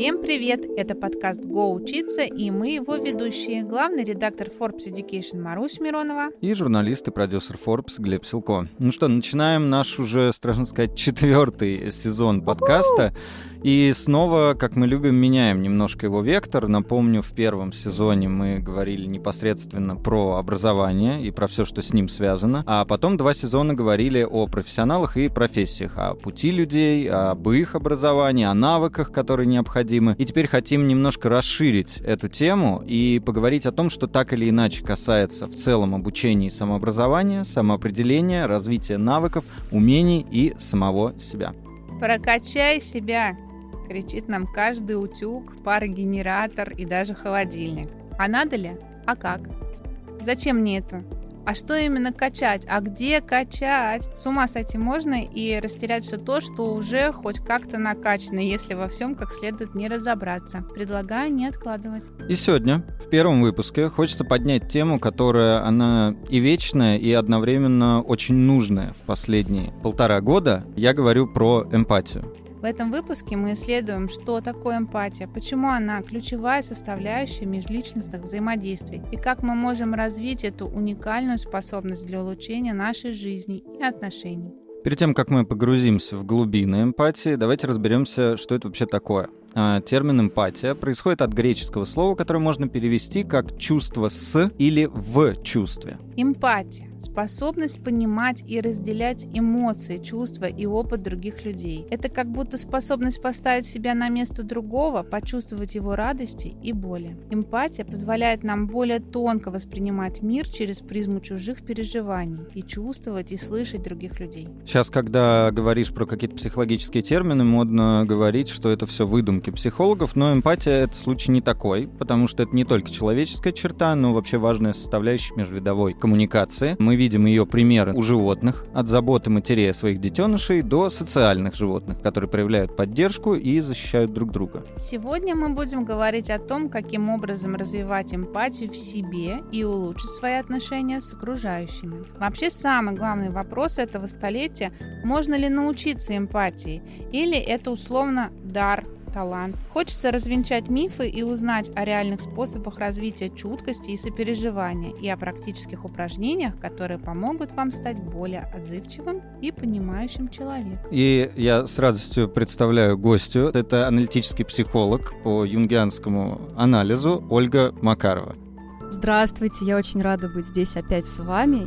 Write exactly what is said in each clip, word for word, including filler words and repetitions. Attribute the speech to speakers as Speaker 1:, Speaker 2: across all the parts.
Speaker 1: Всем привет! Это подкаст «Го учиться» и мы его ведущие, главный редактор Forbes Education Марусь Миронова
Speaker 2: и журналист и продюсер Forbes Глеб Силко. Ну что, начинаем наш уже, страшно сказать, четвертый сезон подкаста. И снова, как мы любим, меняем немножко его вектор. Напомню, в первом сезоне мы говорили непосредственно про образование и про все, что с ним связано. А потом два сезона говорили о профессионалах и профессиях, о пути людей, об их образовании, о навыках, которые необходимы. И теперь хотим немножко расширить эту тему и поговорить о том, что так или иначе касается в целом обучения и самообразования, самоопределения, развития навыков, умений и самого себя.
Speaker 1: «Прокачай себя!» кричит нам каждый утюг, парогенератор и даже холодильник. А надо ли? А как? Зачем мне это? А что именно качать? А где качать? С ума сойти можно и растерять все то, что уже хоть как-то накачано, если во всем как следует не разобраться. Предлагаю не откладывать.
Speaker 2: И сегодня, в первом выпуске, хочется поднять тему, которая, она и вечная, и одновременно очень нужная в последние полтора года. Я говорю про эмпатию.
Speaker 1: В этом выпуске мы исследуем, что такое эмпатия, почему она ключевая составляющая межличностных взаимодействий и как мы можем развить эту уникальную способность для улучшения нашей жизни и отношений.
Speaker 2: Перед тем, как мы погрузимся в глубины эмпатии, давайте разберемся, что это вообще такое. Термин «эмпатия» происходит от греческого слова, которое можно перевести как «чувство с» или «в чувстве».
Speaker 1: Эмпатия – способность понимать и разделять эмоции, чувства и опыт других людей. Это как будто способность поставить себя на место другого, почувствовать его радости и боли. Эмпатия позволяет нам более тонко воспринимать мир через призму чужих переживаний и чувствовать и слышать других людей.
Speaker 2: Сейчас, когда говоришь про какие-то психологические термины, модно говорить, что это все выдумки психологов, но эмпатия — это случай не такой, потому что это не только человеческая черта, но вообще важная составляющая межвидовой коммуникации. Мы видим ее примеры у животных, от заботы матерей о своих детенышей до социальных животных, которые проявляют поддержку и защищают друг друга.
Speaker 1: Сегодня мы будем говорить о том, каким образом развивать эмпатию в себе и улучшить свои отношения с окружающими. Вообще, самый главный вопрос этого столетия – можно ли научиться эмпатии, или это условно дар, талант. Хочется развенчать мифы и узнать о реальных способах развития чуткости и сопереживания и о практических упражнениях, которые помогут вам стать более отзывчивым и понимающим человеком.
Speaker 2: И я с радостью представляю гостью. Это аналитический психолог по юнгианскому анализу Ольга Макарова.
Speaker 3: Здравствуйте, я очень рада быть здесь опять с вами.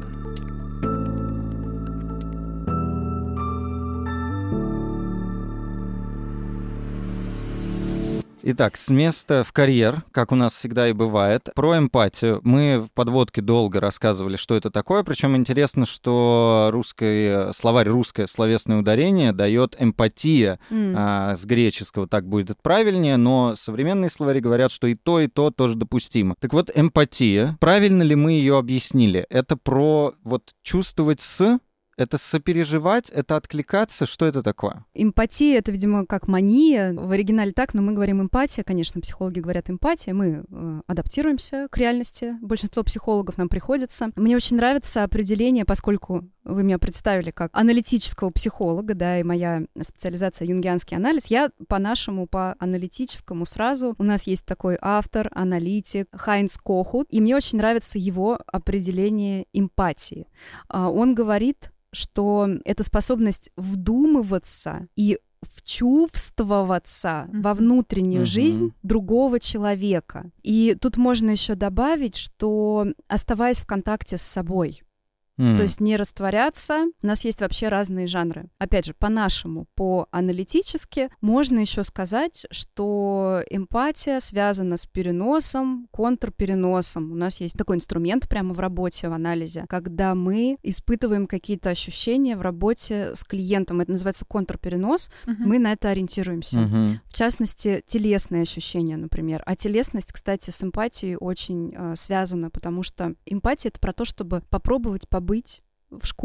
Speaker 2: Итак, с места в карьер, как у нас всегда и бывает. Про эмпатию. Мы в подводке долго рассказывали, что это такое. Причем интересно, что русский словарь «Русское словесное ударение» дает эмпатия mm. а, с греческого, так будет правильнее, но современные словари говорят, что и то, и то тоже допустимо. Так вот, эмпатия. Правильно ли мы ее объяснили? Это про вот чувствовать с... Это сопереживать, это откликаться, что это такое?
Speaker 3: Эмпатия — это, видимо, как мания. В оригинале так, но мы говорим эмпатия. Конечно, психологи говорят эмпатия. Мы э, адаптируемся к реальности. Большинство психологов нам приходится. Мне очень нравится определение, поскольку вы меня представили как аналитического психолога, да, и моя специализация — юнгианский анализ. Я по-нашему, по-аналитическому сразу. У нас есть такой автор, аналитик Хайнц Кохут, и мне очень нравится его определение эмпатии. Э, он говорит, что это способность вдумываться и вчувствоваться mm-hmm. во внутреннюю mm-hmm. жизнь другого человека. И тут можно еще добавить, что оставаясь в контакте с собой, Mm. то есть не растворяться. У нас есть вообще разные жанры. Опять же, по-нашему, по-аналитически можно еще сказать, что эмпатия связана с переносом, контрпереносом. У нас есть такой инструмент прямо в работе, в анализе, когда мы испытываем какие-то ощущения в работе с клиентом. Это называется контрперенос. Uh-huh. Мы на это ориентируемся. Uh-huh. В частности, телесные ощущения, например. А телесность, кстати, с эмпатией очень э, связана, потому что эмпатия — это про то, чтобы попробовать побыть в шкуре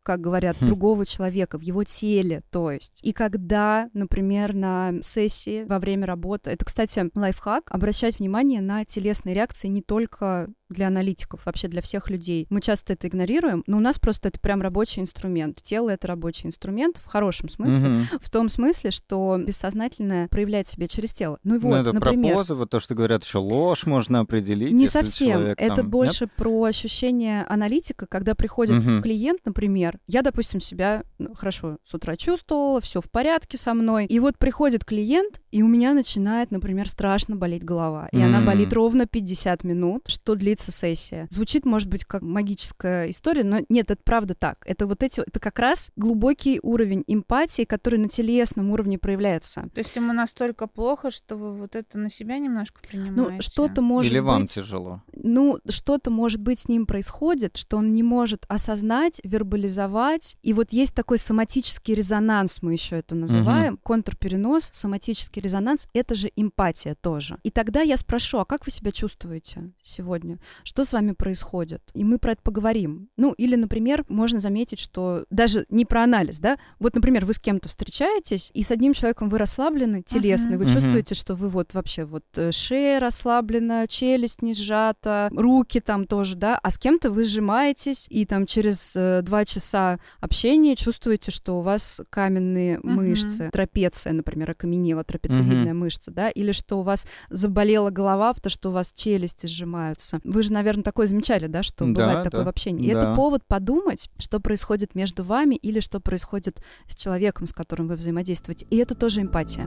Speaker 3: как говорят,
Speaker 2: хм.
Speaker 3: другого человека, в его теле, то есть. И когда, например, на сессии во время работы, это, кстати, лайфхак, обращать внимание на телесные реакции не только для аналитиков, вообще для всех людей. Мы часто это игнорируем, но у нас просто это прям рабочий инструмент. Тело — это рабочий инструмент в хорошем смысле,
Speaker 2: Мгм.
Speaker 3: в том смысле, что бессознательное проявляет себя через тело. Ну и
Speaker 2: Ну,
Speaker 3: вот,
Speaker 2: это
Speaker 3: например...
Speaker 2: про позы, вот то, что говорят, еще ложь можно определить.
Speaker 3: Не
Speaker 2: если
Speaker 3: совсем.
Speaker 2: человек
Speaker 3: Это
Speaker 2: там-
Speaker 3: больше
Speaker 2: Нет?
Speaker 3: про ощущение аналитика, когда приходит
Speaker 2: Мгм.
Speaker 3: клиент, например. Я, допустим, себя ну, хорошо с утра чувствовала, все в порядке со мной. И вот приходит клиент, и у меня начинает, например, страшно болеть голова. И она
Speaker 2: М.
Speaker 3: болит ровно пятьдесят минут, что длится сессия. Звучит, может быть, как магическая история, но нет, это правда так. Это вот эти, это как раз глубокий уровень эмпатии, который на телесном уровне проявляется.
Speaker 1: То есть ему настолько плохо, что вы вот это на себя немножко принимаете?
Speaker 3: Ну, что-то может
Speaker 2: Или вам
Speaker 3: быть...
Speaker 2: тяжело?
Speaker 3: Ну, что-то, может быть, с ним происходит, что он не может осознать, вербализовать. И вот есть такой соматический резонанс, мы еще это называем, контрперенос, соматический резонанс — это же эмпатия тоже. И тогда я спрошу, а как вы себя чувствуете сегодня? Что с вами происходит? И мы про это поговорим. Ну, или, например, можно заметить, что даже не про анализ, да? Вот, например, вы с кем-то встречаетесь, и с одним человеком вы расслаблены, телесны, вы
Speaker 2: Мгм.
Speaker 3: чувствуете, что вы вот вообще вот э, шея расслаблена, челюсть не сжата, руки там тоже, да, а с кем-то вы сжимаетесь, и там через э, два часа общения чувствуете, что у вас каменные
Speaker 1: Мгм.
Speaker 3: мышцы, трапеция, например, окаменела, трапециевидная мышца, да, или что у вас заболела голова, потому что у вас челюсти сжимаются. Вы же, наверное, такое замечали, да, что
Speaker 2: Да,
Speaker 3: бывает такое
Speaker 2: да,
Speaker 3: в общении. И
Speaker 2: да.
Speaker 3: это повод подумать, что происходит между вами или что происходит с человеком, с которым вы взаимодействуете. И это тоже эмпатия.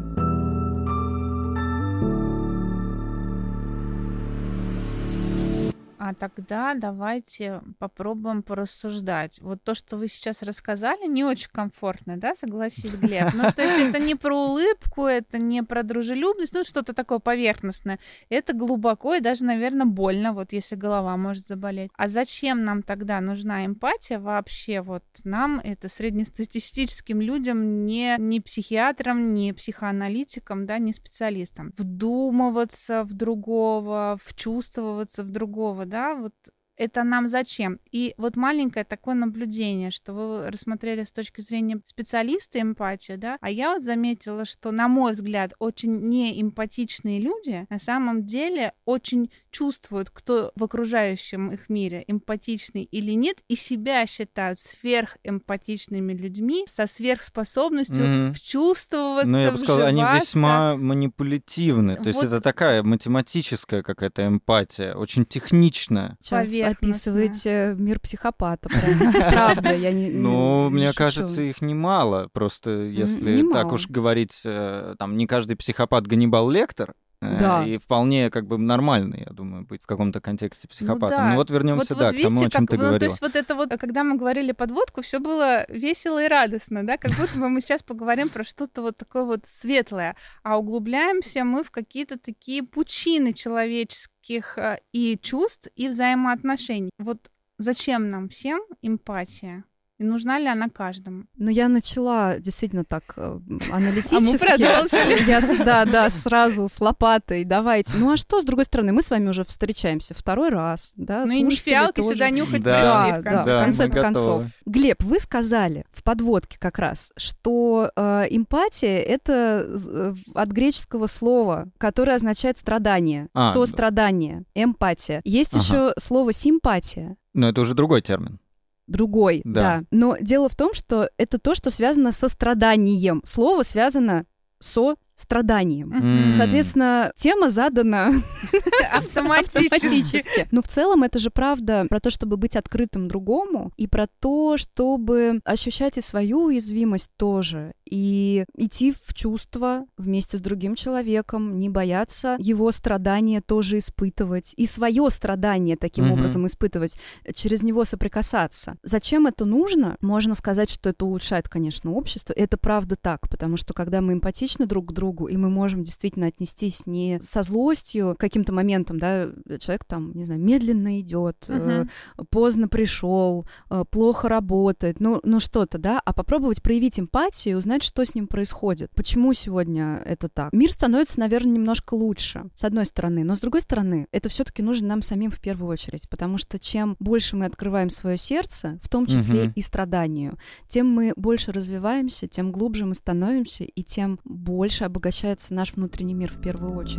Speaker 1: А тогда давайте попробуем порассуждать. Вот то, что вы сейчас рассказали, не очень комфортно, да, согласись, Глеб? Ну, то есть это не про улыбку, это не про дружелюбность, ну, что-то такое поверхностное. Это глубоко и даже, наверное, больно, вот если голова может заболеть. А зачем нам тогда нужна эмпатия вообще? Вот нам, это среднестатистическим людям, не, не психиатрам, не психоаналитикам, да, не специалистам. Вдумываться в другого, вчувствоваться в другого, да, вот это нам зачем? И вот маленькое такое наблюдение, что вы рассмотрели с точки зрения специалиста эмпатию, да, а я вот заметила, что, на мой взгляд, очень неэмпатичные люди на самом деле очень чувствуют, кто в окружающем их мире эмпатичный или нет, и себя считают сверхэмпатичными людьми со сверхспособностью
Speaker 2: Мгм.
Speaker 1: вчувствоваться,
Speaker 2: Ну, я бы сказал, они
Speaker 1: вживаться.
Speaker 2: весьма манипулятивны. То есть
Speaker 1: Вот.
Speaker 2: это такая математическая какая-то эмпатия, очень техничная.
Speaker 3: Сейчас
Speaker 1: Поверхностная.
Speaker 3: описываете мир психопата, прям. Правда, я не не-
Speaker 2: Ну,
Speaker 3: не
Speaker 2: мне
Speaker 3: шучу.
Speaker 2: кажется, их немало. Просто если
Speaker 3: немало.
Speaker 2: так уж говорить, э, там, не каждый психопат Ганнибал Лектор, э,
Speaker 3: Да.
Speaker 2: и вполне как бы нормальный, я думаю, быть в каком-то контексте психопатом.
Speaker 1: да.
Speaker 2: Ну вот вернемся,
Speaker 1: Вот,
Speaker 2: да,
Speaker 1: вот
Speaker 2: к тому,
Speaker 1: видите,
Speaker 2: о чем
Speaker 1: как,
Speaker 2: ты
Speaker 1: ну, то
Speaker 2: говорила.
Speaker 1: есть вот это вот, когда мы говорили подводку, все было весело и радостно, да, как будто бы мы сейчас поговорим про что-то вот такое вот светлое, а углубляемся мы в какие-то такие пучины человеческих э, и чувств, и взаимоотношений. Вот зачем нам всем эмпатия? И нужна ли она каждому?
Speaker 3: Ну, я начала действительно так э,
Speaker 1: А
Speaker 3: аналитически.
Speaker 1: мы продолжили.
Speaker 3: Я, с- да, да, сразу с лопатой. Давайте. Ну, а что, с другой стороны, мы с вами уже встречаемся второй раз, да,
Speaker 1: Ну и не
Speaker 3: слушатели
Speaker 1: фиалки
Speaker 3: тоже.
Speaker 1: сюда нюхать
Speaker 2: Да,
Speaker 1: пришли, в
Speaker 3: да,
Speaker 1: конце
Speaker 3: в конце
Speaker 2: мы
Speaker 1: концов.
Speaker 3: концов.
Speaker 2: готовы.
Speaker 3: Глеб, вы сказали в подводке как раз, что э, эмпатия — это э, от греческого слова, которое означает страдание,
Speaker 2: А,
Speaker 3: сострадание, эмпатия. Есть
Speaker 2: Ага.
Speaker 3: еще слово симпатия.
Speaker 2: Но это уже другой термин.
Speaker 3: Другой,
Speaker 2: Да.
Speaker 3: да. Но дело в том, что это то, что связано со страданием. Слово связано со страданием.
Speaker 1: Мгм.
Speaker 3: Соответственно, тема задана
Speaker 1: Автоматически.
Speaker 3: автоматически. Но в целом это же правда про то, чтобы быть открытым другому, и про то, чтобы ощущать и свою уязвимость тоже, и идти в чувства вместе с другим человеком, не бояться его страдания тоже испытывать, и свое страдание таким
Speaker 2: Мгм.
Speaker 3: образом испытывать, через него соприкасаться. Зачем это нужно? Можно сказать, что это улучшает, конечно, общество. Это правда так, потому что когда мы эмпатичны друг к другу, и мы можем действительно отнестись не со злостью к каким-то моментам, да, человек там, не знаю, медленно идет, э,
Speaker 1: Мгм.
Speaker 3: поздно пришел, э, плохо работает, ну, ну что-то, да, а попробовать проявить эмпатию и узнать, узнать, что с ним происходит, почему сегодня это так. Мир становится, наверное, немножко лучше, с одной стороны, но с другой стороны, это все-таки нужно нам самим в первую очередь, потому что чем больше мы открываем свое сердце, в том числе угу. и страданию, тем мы больше развиваемся, тем глубже мы становимся, и тем больше обогащается наш внутренний мир в первую очередь.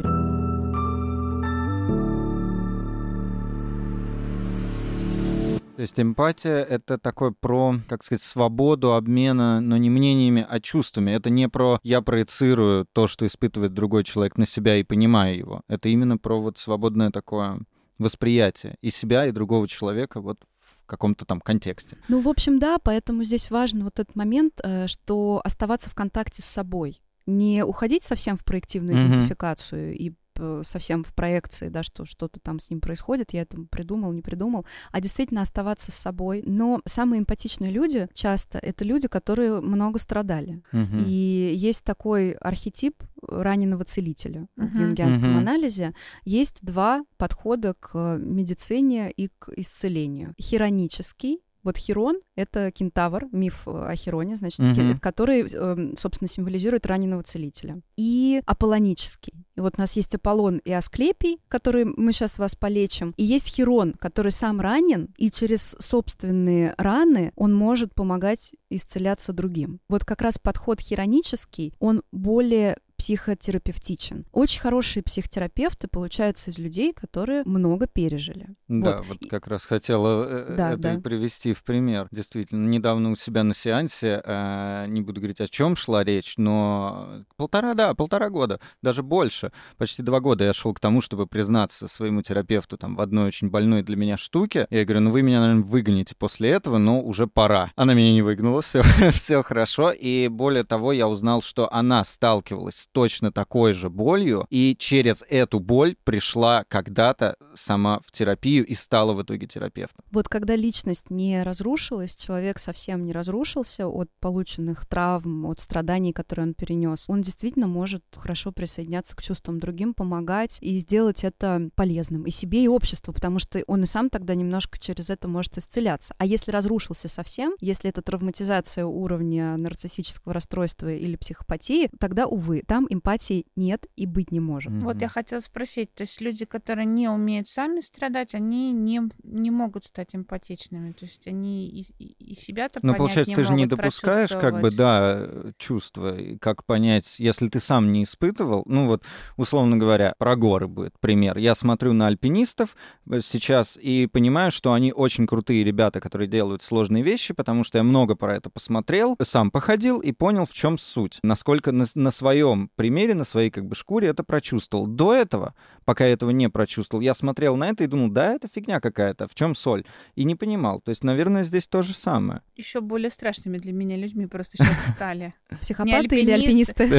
Speaker 2: То есть эмпатия — это такое про, как сказать, свободу обмена, но не мнениями, а чувствами. Это не про «я проецирую то, что испытывает другой человек, на себя и понимаю его». Это именно про вот свободное такое восприятие и себя, и другого человека вот в каком-то там контексте.
Speaker 3: Ну, в общем, да, поэтому здесь важен вот этот момент, что оставаться в контакте с собой. Не уходить совсем в проективную mm-hmm. идентификацию и совсем в проекции, да, что что-то там с ним происходит, я это придумал, не придумал, а действительно оставаться с собой. Но самые эмпатичные люди часто это люди, которые много страдали. Uh-huh. И есть такой архетип раненого целителя uh-huh. в юнгианском uh-huh. анализе. Есть два подхода к медицине и к исцелению. Хиронический. Вот Хирон — это кентавр, миф о Хироне, значит, uh-huh. который, собственно, символизирует раненого целителя. И аполлонический. И вот у нас есть Аполлон и Асклепий, которые мы сейчас вас полечим. И есть Хирон, который сам ранен, и через собственные раны он может помогать исцеляться другим. Вот как раз подход хиронический, он более психотерапевтичен. Очень хорошие психотерапевты получаются из людей, которые много пережили.
Speaker 2: Да, вот, вот как раз хотела да, это да. и привести в пример. Действительно, недавно у себя на сеансе, э, не буду говорить, о чем шла речь, но полтора, да, полтора года, даже больше, почти два года я шел к тому, чтобы признаться своему терапевту там в одной очень больной для меня штуке. Я говорю, ну вы меня, наверное, выгоните после этого, но уже пора. Она меня не выгнала, все, все хорошо. И более того, я узнал, что она сталкивалась с точно такой же болью, и через эту боль пришла когда-то сама в терапию и стала в итоге терапевтом.
Speaker 3: Вот когда личность не разрушилась, человек совсем не разрушился от полученных травм, от страданий, которые он перенес, он действительно может хорошо присоединяться к чувствам другим, помогать и сделать это полезным и себе, и обществу, потому что он и сам тогда немножко через это может исцеляться. А если разрушился совсем, если это травматизация уровня нарциссического расстройства или психопатии, тогда, увы, там эмпатии нет и быть не может.
Speaker 1: Mm-hmm. Вот я хотела спросить, то есть люди, которые не умеют сами страдать, они не, не могут стать эмпатичными, то есть они и, и себя-то
Speaker 2: ну,
Speaker 1: понять
Speaker 2: получается,
Speaker 1: не
Speaker 2: ты
Speaker 1: могут,
Speaker 2: же не допускаешь, как бы, да, чувства, как понять, если ты сам не испытывал, ну вот, условно говоря, про горы будет пример. Я смотрю на альпинистов сейчас и понимаю, что они очень крутые ребята, которые делают сложные вещи, потому что я много про это посмотрел, сам походил и понял, в чем суть, насколько на, на своем примере, на своей как бы шкуре это прочувствовал. До этого, пока я этого не прочувствовал, я смотрел на это и думал, да, это фигня какая-то, в чем соль? И не понимал. То есть, наверное, здесь то же самое.
Speaker 1: Еще более страшными для меня людьми просто сейчас стали.
Speaker 3: Психопаты или альпинисты?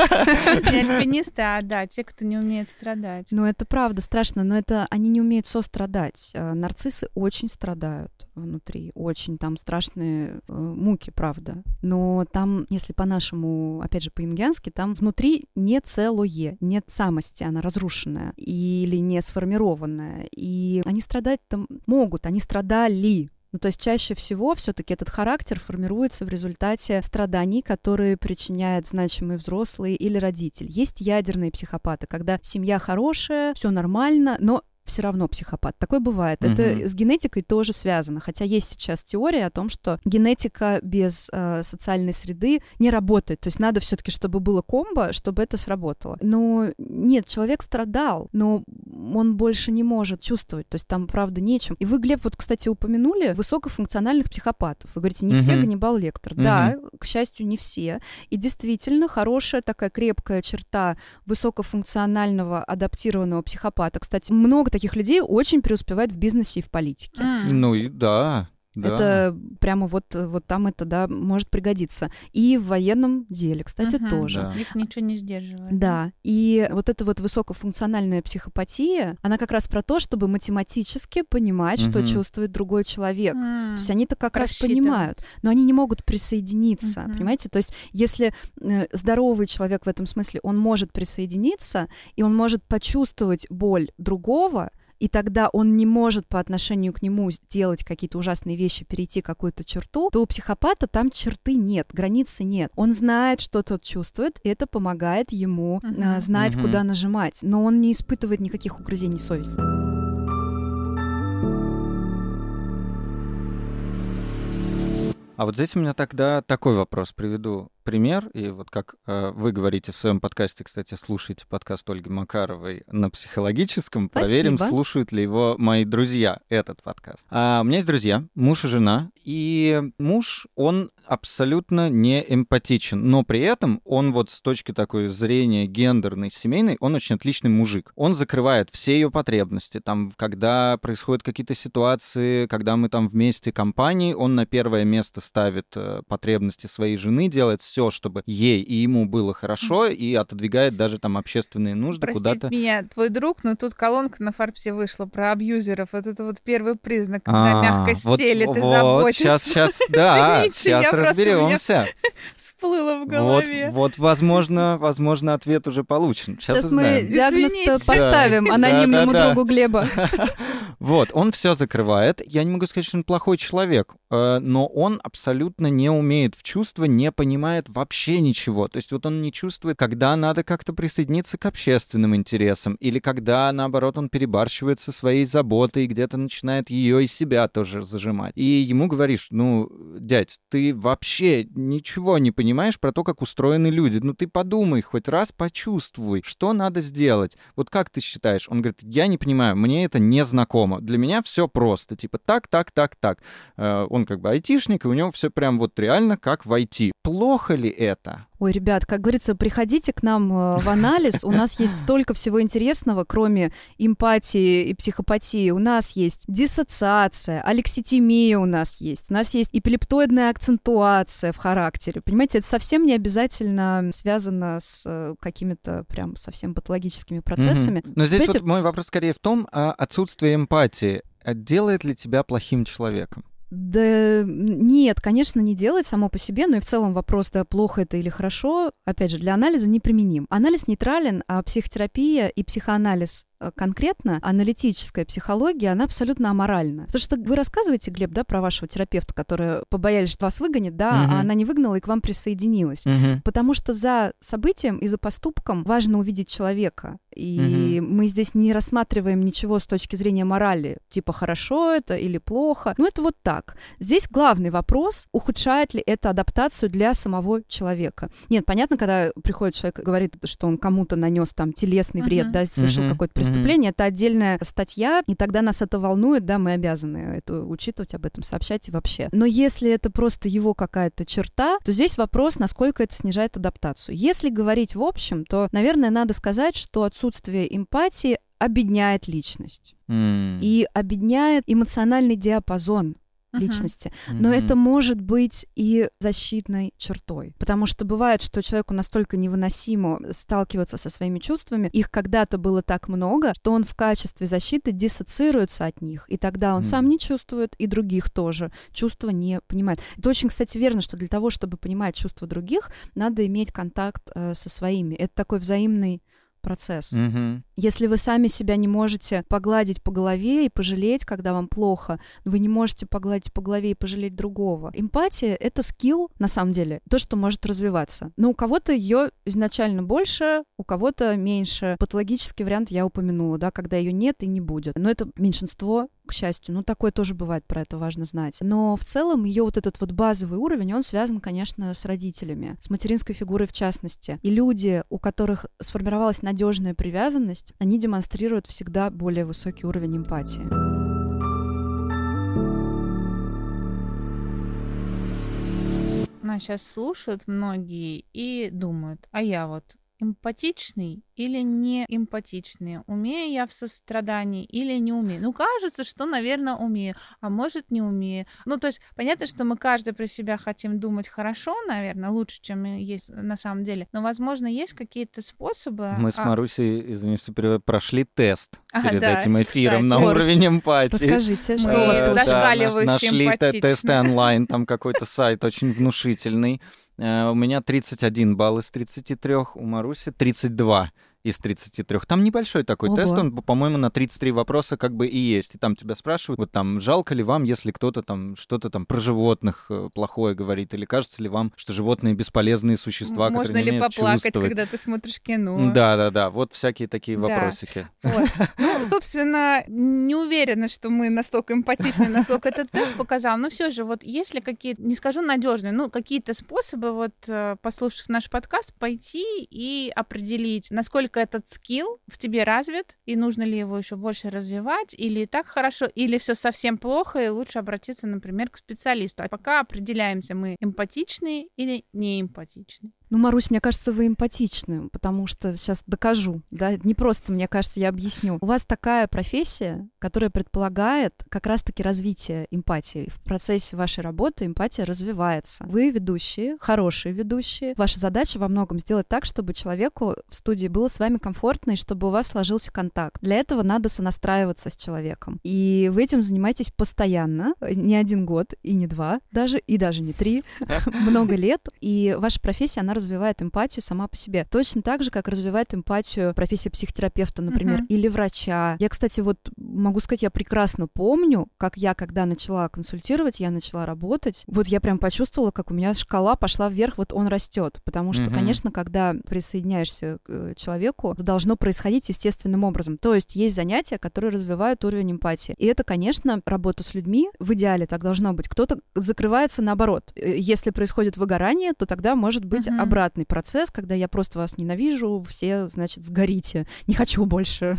Speaker 1: Не альпинисты, а да, те, кто не умеет страдать.
Speaker 3: Ну, это правда страшно, но это они не умеют сострадать. Нарциссы очень страдают внутри, очень там страшные муки, правда. Но там, если по-нашему, опять же, по-ингиански, там внутри не целое, нет самости, она разрушенная или не сформированная. И они страдать-то могут, они страдали. Ну, то есть чаще всего все-таки этот характер формируется в результате страданий, которые причиняет значимый взрослый или родитель. Есть ядерные психопаты, когда семья хорошая, все нормально, но все равно психопат. Такое бывает. Uh-huh. Это с генетикой тоже связано. Хотя есть сейчас теория о том, что генетика без э, социальной среды не работает. То есть надо все-таки, чтобы было комбо, чтобы это сработало. Но нет, человек страдал, но он больше не может чувствовать. То есть там, правда, нечем. И вы, Глеб, вот, кстати, упомянули высокофункциональных психопатов. Вы говорите, не uh-huh. все Ганнибал Лектор. Uh-huh. Да, к счастью, не все. И действительно, хорошая такая крепкая черта высокофункционального адаптированного психопата. Кстати, много таких людей очень преуспевает в бизнесе и в политике.
Speaker 2: Mm. Ну и да. Да.
Speaker 3: Это прямо вот, вот там это, да, может пригодиться. И в военном деле, кстати, uh-huh. тоже.
Speaker 1: Да. Их ничего не сдерживает.
Speaker 3: Да. И вот эта вот высокофункциональная психопатия, она как раз про то, чтобы математически понимать, uh-huh. что чувствует другой человек. Uh-huh. То есть они-то как раз понимают, но они не могут присоединиться, uh-huh. понимаете? То есть если э, здоровый человек в этом смысле, он может присоединиться, и он может почувствовать боль другого, и тогда он не может по отношению к нему сделать какие-то ужасные вещи, перейти какую-то черту, то у психопата там черты нет, границы нет. Он знает, что тот чувствует, и это помогает ему uh-huh. знать, uh-huh. куда нажимать, но он не испытывает никаких угрызений совести.
Speaker 2: А вот здесь у меня тогда такой вопрос. Приведу пример. И вот как э, вы говорите в своем подкасте, кстати, слушайте подкаст Ольги Макаровой на психологическом.
Speaker 3: Спасибо.
Speaker 2: Проверим, слушают ли его мои друзья, этот подкаст. А у меня есть друзья, муж и жена. И муж, он абсолютно не эмпатичен. Но при этом он вот с точки такой зрения гендерной, семейной, он очень отличный мужик. Он закрывает все ее потребности. Там, когда происходят какие-то ситуации, когда мы там вместе компанией, он на первое место ставит э, потребности своей жены, делает все, чтобы ей и ему было хорошо, и отодвигает даже там общественные нужды
Speaker 1: Простите
Speaker 2: куда-то.
Speaker 1: меня, твой друг, но тут колонка на Форбсе вышла про абьюзеров. Вот это вот первый признак, когда
Speaker 2: А,
Speaker 1: мягко
Speaker 2: вот,
Speaker 1: стелит и
Speaker 2: вот,
Speaker 1: заботится.
Speaker 2: Сейчас, сейчас, да,
Speaker 1: Извините,
Speaker 2: сейчас
Speaker 1: я просто-
Speaker 2: разберемся.
Speaker 1: Всплыло в
Speaker 2: Вот,
Speaker 1: голове.
Speaker 2: вот, возможно, возможно, ответ уже получен. Сейчас,
Speaker 3: Сейчас мы
Speaker 2: узнаем.
Speaker 3: диагноз
Speaker 1: Извините.
Speaker 3: поставим
Speaker 2: Да,
Speaker 3: анонимному
Speaker 2: да, да, да.
Speaker 3: другу Глеба.
Speaker 2: Вот, он все закрывает. Я не могу сказать, что он плохой человек, э, но он абсолютно не умеет в чувства, не понимает вообще ничего. То есть вот он не чувствует, когда надо как-то присоединиться к общественным интересам, или когда, наоборот, он перебарщивает со своей заботой и где-то начинает ее и себя тоже зажимать. И ему говоришь, ну, дядь, ты вообще ничего не понимаешь про то, как устроены люди. Ну, ты подумай, хоть раз почувствуй, что надо сделать. Вот как ты считаешь? Он говорит, я не понимаю, мне это не знакомо. Для меня все просто. Типа так, так, так, так. Э, он как бы айтишник, и у него все прям вот реально как в ай ти. Плохо ли это?
Speaker 3: Ой, ребят, как говорится, приходите к нам э, в анализ. У нас есть столько всего интересного, кроме эмпатии и психопатии. У нас есть диссоциация, алекситимия у нас есть. У нас есть эпилептоидная акцентуация в характере. Понимаете, это совсем не обязательно связано с э, какими-то прям совсем патологическими процессами.
Speaker 2: Mm-hmm. Но здесь
Speaker 3: Знаете,
Speaker 2: вот мой вопрос скорее в том, а отсутствие эмпатии делает ли тебя плохим человеком?
Speaker 3: Да нет, конечно, не делает само по себе, но и в целом вопрос, да, плохо это или хорошо, опять же, для анализа неприменим. Анализ нейтрален, а психотерапия и психоанализ конкретно, аналитическая психология, она абсолютно аморальна. Потому что вы рассказываете, Глеб, да, про вашего терапевта, которая побоялись, что вас выгонит, да, uh-huh. а она не выгнала и к вам присоединилась. Uh-huh. Потому что за событием и за поступком важно увидеть человека. И uh-huh. мы здесь не рассматриваем ничего с точки зрения морали, типа хорошо это или плохо. Ну, это вот так. Здесь главный вопрос, ухудшает ли это адаптацию для самого человека. Нет, понятно, когда приходит человек и говорит, что он кому-то нанес там телесный вред, uh-huh. да, совершил uh-huh. какой-то преступление, преступление, это отдельная статья, и тогда нас это волнует, да, мы обязаны это учитывать, об этом сообщать и вообще. Но если это просто его какая-то черта, то здесь вопрос, насколько это снижает адаптацию. Если говорить в общем, то, наверное, надо сказать, что отсутствие эмпатии обедняет личность mm. и обедняет эмоциональный диапазон личности. Uh-huh. Но uh-huh. это может быть и защитной чертой. Потому что бывает, что человеку настолько невыносимо сталкиваться со своими чувствами, их когда-то было так много, что он в качестве защиты диссоциируется от них. И тогда он uh-huh. сам не чувствует, и других тоже чувства не понимает. Это очень, кстати, верно, что для того, чтобы понимать чувства других, надо иметь контакт э, со своими. Это такой взаимный процесс.
Speaker 2: Mm-hmm.
Speaker 3: Если вы сами себя не можете погладить по голове и пожалеть, когда вам плохо, вы не можете погладить по голове и пожалеть другого. Эмпатия — это скилл, на самом деле, то, что может развиваться. Но у кого-то ее изначально больше, у кого-то меньше. Патологический вариант я упомянула, да, когда ее нет и не будет. Но это меньшинство, к счастью. Ну, такое тоже бывает, про это важно знать. Но в целом ее вот этот вот базовый уровень, он связан, конечно, с родителями, с материнской фигурой в частности. И люди, у которых сформировалась надежная привязанность, они демонстрируют всегда более высокий уровень эмпатии.
Speaker 1: Нас сейчас слушают многие и думают, а я вот эмпатичный или не эмпатичный? Умею я в сострадании или не умею? Ну, кажется, что, наверное, умею, а может, не умею. Ну, то есть, понятно, что мы каждый про себя хотим думать хорошо, наверное, лучше, чем есть на самом деле, но, возможно, есть какие-то способы...
Speaker 2: Мы с
Speaker 1: а...
Speaker 2: Марусей, извините, прошли тест
Speaker 1: а,
Speaker 2: перед
Speaker 1: да,
Speaker 2: этим эфиром,
Speaker 1: кстати.
Speaker 2: на уровень эмпатии.
Speaker 3: Расскажите, что
Speaker 1: мы
Speaker 3: у вас получилось?
Speaker 1: зашкаливающие
Speaker 2: Нашли
Speaker 1: эмпатичны.
Speaker 2: тесты онлайн, там какой-то сайт очень внушительный. У меня тридцать один балл из тридцати трёх, у Маруси тридцать два. из тридцати трёх. Там небольшой такой
Speaker 3: Ого.
Speaker 2: тест, он, по-моему, на тридцать три вопроса как бы и есть. И там тебя спрашивают, вот там, жалко ли вам, если кто-то там что-то там про животных плохое говорит, или кажется ли вам, что животные бесполезные существа,
Speaker 1: Можно
Speaker 2: которые не
Speaker 1: ли
Speaker 2: умеют
Speaker 1: поплакать,
Speaker 2: чувствовать.
Speaker 1: когда ты смотришь кино?
Speaker 2: Да-да-да, вот всякие такие
Speaker 1: Да.
Speaker 2: вопросики.
Speaker 1: Вот. Ну, собственно, не уверена, что мы настолько эмпатичны, насколько этот тест показал, но все же, вот есть ли какие-то, не скажу надежные, ну, какие-то способы, вот, послушав наш подкаст, пойти и определить, насколько этот скилл в тебе развит, и нужно ли его еще больше развивать, или и так хорошо, или все совсем плохо, и лучше обратиться, например, к специалисту. А пока определяемся, мы эмпатичны или не эмпатичны.
Speaker 3: Ну, Марусь, мне кажется, вы эмпатичны, потому что сейчас докажу, да, не просто, мне кажется, я объясню. У вас такая профессия, которая предполагает как раз-таки развитие эмпатии. В процессе вашей работы эмпатия развивается. Вы ведущие, хорошие ведущие. Ваша задача во многом сделать так, чтобы человеку в студии было с вами комфортно и чтобы у вас сложился контакт. Для этого надо сонастраиваться с человеком. И вы этим занимаетесь постоянно, не один год и не два даже, и даже не три, много лет. И ваша профессия, она развивает эмпатию сама по себе. Точно так же, как развивает эмпатию профессия психотерапевта, например, uh-huh. или врача. Я, кстати, вот могу сказать, я прекрасно помню, как я, когда начала консультировать, я начала работать, вот я прям почувствовала, как у меня шкала пошла вверх, вот он растет. Потому что, uh-huh. конечно, когда присоединяешься к человеку, это должно происходить естественным образом. То есть есть занятия, которые развивают уровень эмпатии. И это, конечно, работа с людьми. В идеале так должно быть. Кто-то закрывается наоборот. Если происходит выгорание, то тогда может быть uh-huh. обратный процесс, когда я просто вас ненавижу, все, значит, сгорите. Не хочу больше.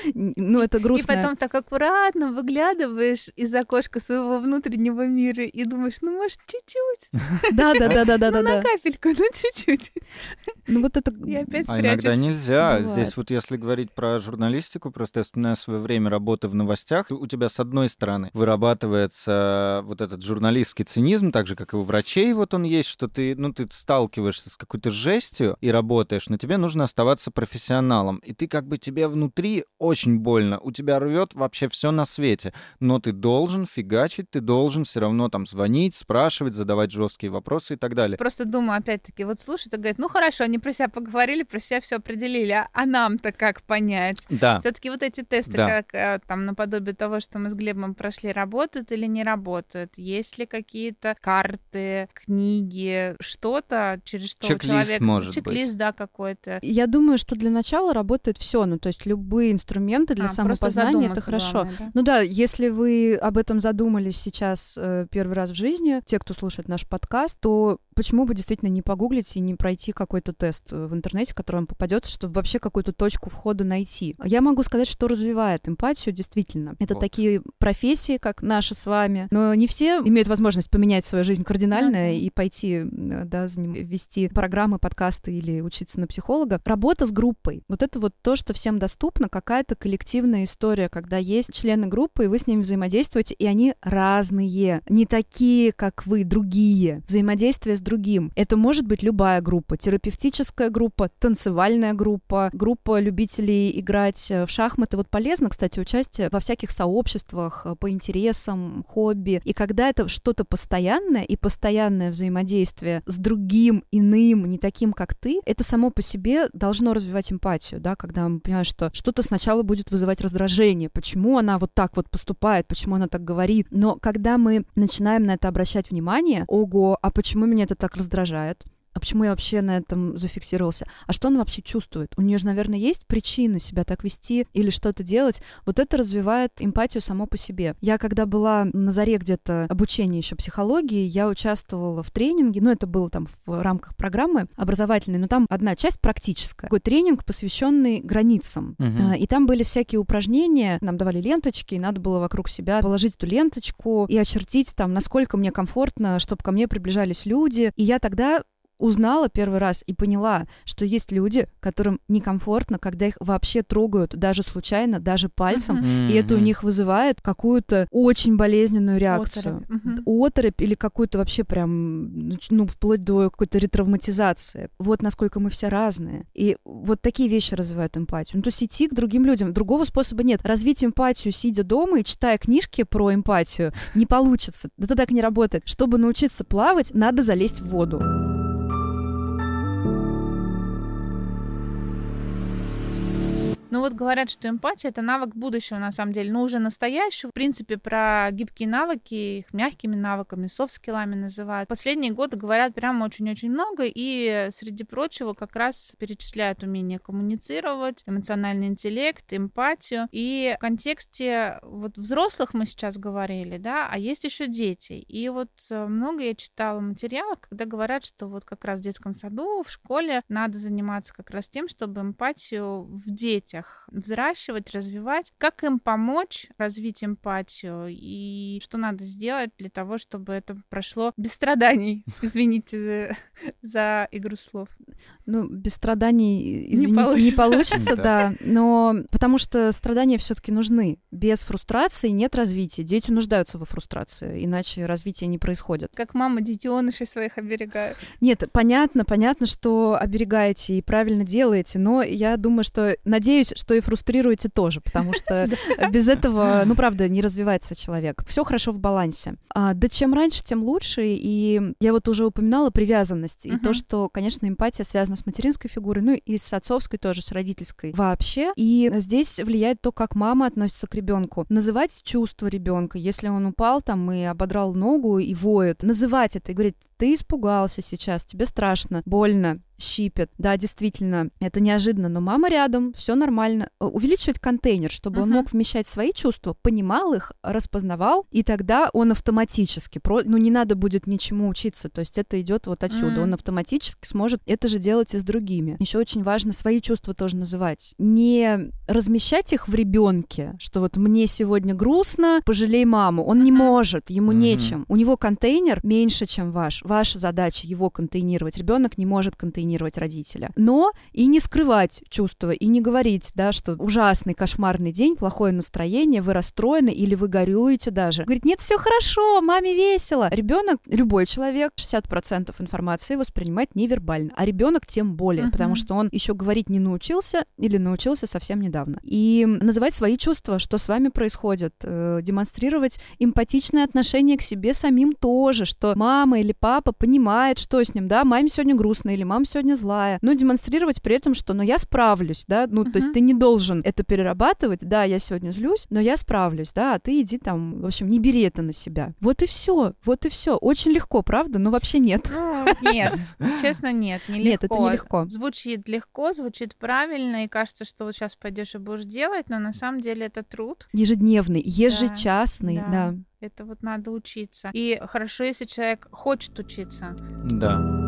Speaker 3: Ну, это грустно.
Speaker 1: И потом так аккуратно выглядываешь из окошка своего внутреннего мира и думаешь, ну, может, чуть-чуть.
Speaker 3: Да-да-да-да-да.
Speaker 1: Ну, на капельку, ну, чуть-чуть.
Speaker 3: Ну, вот это...
Speaker 1: И опять
Speaker 2: А
Speaker 1: спрячусь.
Speaker 2: иногда нельзя. Здесь вот если говорить про журналистику, просто я вспоминаю свое время работы в новостях, у тебя с одной стороны вырабатывается вот этот журналистский цинизм, так же, как и у врачей вот он есть, что ты, ну, ты сталкиваешься с какой-то жестью и работаешь, но тебе нужно оставаться профессионалом. И ты как бы тебе внутри очень больно, у тебя рвет вообще все на свете, но ты должен фигачить, ты должен все равно там звонить, спрашивать, задавать жесткие вопросы и так далее.
Speaker 1: Просто думаю, опять-таки, вот слушай, ты говорит, ну хорошо, они про себя поговорили, про себя все определили, а, а нам-то как понять?
Speaker 2: Да.
Speaker 1: Все-таки вот эти тесты, да. как там наподобие того, что мы с Глебом прошли, работают или не работают? Есть ли какие-то карты, книги, что-то, через что
Speaker 2: Чек-лист,
Speaker 1: человек...
Speaker 2: может
Speaker 1: Чек-лист,
Speaker 2: быть.
Speaker 1: да, какой-то.
Speaker 3: Я думаю, что для начала работает все, ну, то есть любые инструменты для
Speaker 1: а,
Speaker 3: самопознания — это хорошо.
Speaker 1: Главное, да?
Speaker 3: Ну да, если вы об этом задумались сейчас э, первый раз в жизни, те, кто слушает наш подкаст, то почему бы действительно не погуглить и не пройти какой-то тест в интернете, который вам попадется, чтобы вообще какую-то точку входа найти. Я могу сказать, что развивает эмпатию, действительно. Это вот. Такие профессии, как наши с вами, но не все имеют возможность поменять свою жизнь кардинально mm-hmm. и пойти, да, вести программы, подкасты или учиться на психолога. Работа с группой. Вот это вот то, что всем доступно, какая-то коллективная история, когда есть члены группы, и вы с ними взаимодействуете, и они разные, не такие, как вы, другие. Взаимодействие с другим. Это может быть любая группа. Терапевтическая группа, танцевальная группа, группа любителей играть в шахматы. Вот полезно, кстати, участие во всяких сообществах по интересам, хобби. И когда это что-то постоянное и постоянное взаимодействие с другим, иным, не таким, как ты, это само по себе должно развивать эмпатию, да, когда мы понимаем, что что-то сначала будет вызывать раздражение, почему она вот так вот поступает, почему она так говорит. Но когда мы начинаем на это обращать внимание, ого, а почему меня это так раздражает? А почему я вообще на этом зафиксировался? А что она вообще чувствует? У нее же, наверное, есть причины себя так вести или что-то делать. Вот это развивает эмпатию само по себе. Я когда была на заре где-то обучения еще психологии, я участвовала в тренинге, ну, это было там в рамках программы образовательной, но там одна часть практическая. Такой тренинг, посвященный границам. Uh-huh. И там были всякие упражнения, нам давали ленточки, и надо было вокруг себя положить эту ленточку и очертить там, насколько мне комфортно, чтобы ко мне приближались люди. И я тогда узнала первый раз и поняла, что есть люди, которым некомфортно, когда их вообще трогают даже случайно, даже пальцем, uh-huh. и это у них вызывает какую-то очень болезненную реакцию. Оторопь, uh-huh. Оторопь или какую-то вообще прям, ну, вплоть до какой-то ретравматизации. Вот насколько мы все разные. И вот такие вещи развивают эмпатию. Ну, то есть идти к другим людям. Другого способа нет. Развить эмпатию, сидя дома и читая книжки про эмпатию, не получится. Это так не работает. Чтобы научиться плавать, надо залезть в воду.
Speaker 1: Ну вот говорят, что эмпатия — это навык будущего, на самом деле, но уже настоящего. В принципе, про гибкие навыки, их мягкими навыками, софт-скиллами называют. Последние годы говорят прямо очень-очень много, и среди прочего как раз перечисляют умение коммуницировать, эмоциональный интеллект, эмпатию. И в контексте вот взрослых мы сейчас говорили, да, а есть еще дети. И вот много я читала материалов, когда говорят, что вот как раз в детском саду, в школе надо заниматься как раз тем, чтобы эмпатию в детях взращивать, развивать. Как им помочь развить эмпатию и что надо сделать для того, чтобы это прошло без страданий. Извините за игру слов.
Speaker 3: Ну, без страданий, извините, не получится, не получится да. Но потому что страдания все-таки нужны. Без фрустрации нет развития. Дети нуждаются во фрустрации, иначе развитие не происходит.
Speaker 1: Как мама детенышей своих оберегает.
Speaker 3: Нет, понятно, понятно, что оберегаете и правильно делаете, но я думаю, что, надеюсь, что и фрустрируете тоже, потому что без этого, ну, правда, не развивается человек. Все хорошо в балансе. Да чем раньше, тем лучше, и я вот уже упоминала привязанность, и то, что, конечно, эмпатия связана с материнской фигурой, ну и с отцовской тоже, с родительской вообще. И здесь влияет то, как мама относится к ребенку. Называть чувства ребенка, если он упал там и ободрал ногу и воет, называть это и говорить: ты испугался сейчас, тебе страшно, больно, щипет. Да, действительно, это неожиданно, но мама рядом, все нормально. Увеличивать контейнер, чтобы uh-huh. он мог вмещать свои чувства, понимал их, распознавал, и тогда он автоматически, ну не надо будет ничему учиться, то есть это идет вот отсюда, uh-huh. он автоматически сможет это же делать и с другими. Еще очень важно свои чувства тоже называть. Не размещать их в ребенке, что вот мне сегодня грустно, пожалей маму. Он не может, ему uh-huh. нечем. У него контейнер меньше, чем ваш. Ваша задача его контейнировать. Ребенок не может контейнировать родителя. Но и не скрывать чувства, и не говорить, да, что ужасный, кошмарный день, плохое настроение, вы расстроены или вы горюете даже. Говорит: нет, все хорошо, маме весело. Ребенок, любой человек, шестьдесят процентов информации воспринимает невербально, а ребенок тем более, uh-huh. потому что он еще говорить не научился или научился совсем недавно. И называть свои чувства, что с вами происходит, э, демонстрировать эмпатичное отношение к себе самим тоже, что мама или папа понимает, что с ним, да, маме сегодня грустно или мама сегодня злая, но демонстрировать при этом, что, ну, я справлюсь, да, ну, uh-huh. то есть ты не должен это перерабатывать, да, я сегодня злюсь, но я справлюсь, да, а ты иди там, в общем, не бери это на себя. Вот и все, вот и все. Очень легко, правда? Но вообще нет.
Speaker 1: Ну, нет, честно, нет, не легко.
Speaker 3: Нет, это не легко.
Speaker 1: Звучит легко, звучит правильно, и кажется, что вот сейчас пойдешь и будешь делать, но на самом деле это труд.
Speaker 3: Ежедневный, ежечасный, да. да.
Speaker 1: Это вот надо учиться. И хорошо, если человек хочет учиться.
Speaker 2: Да.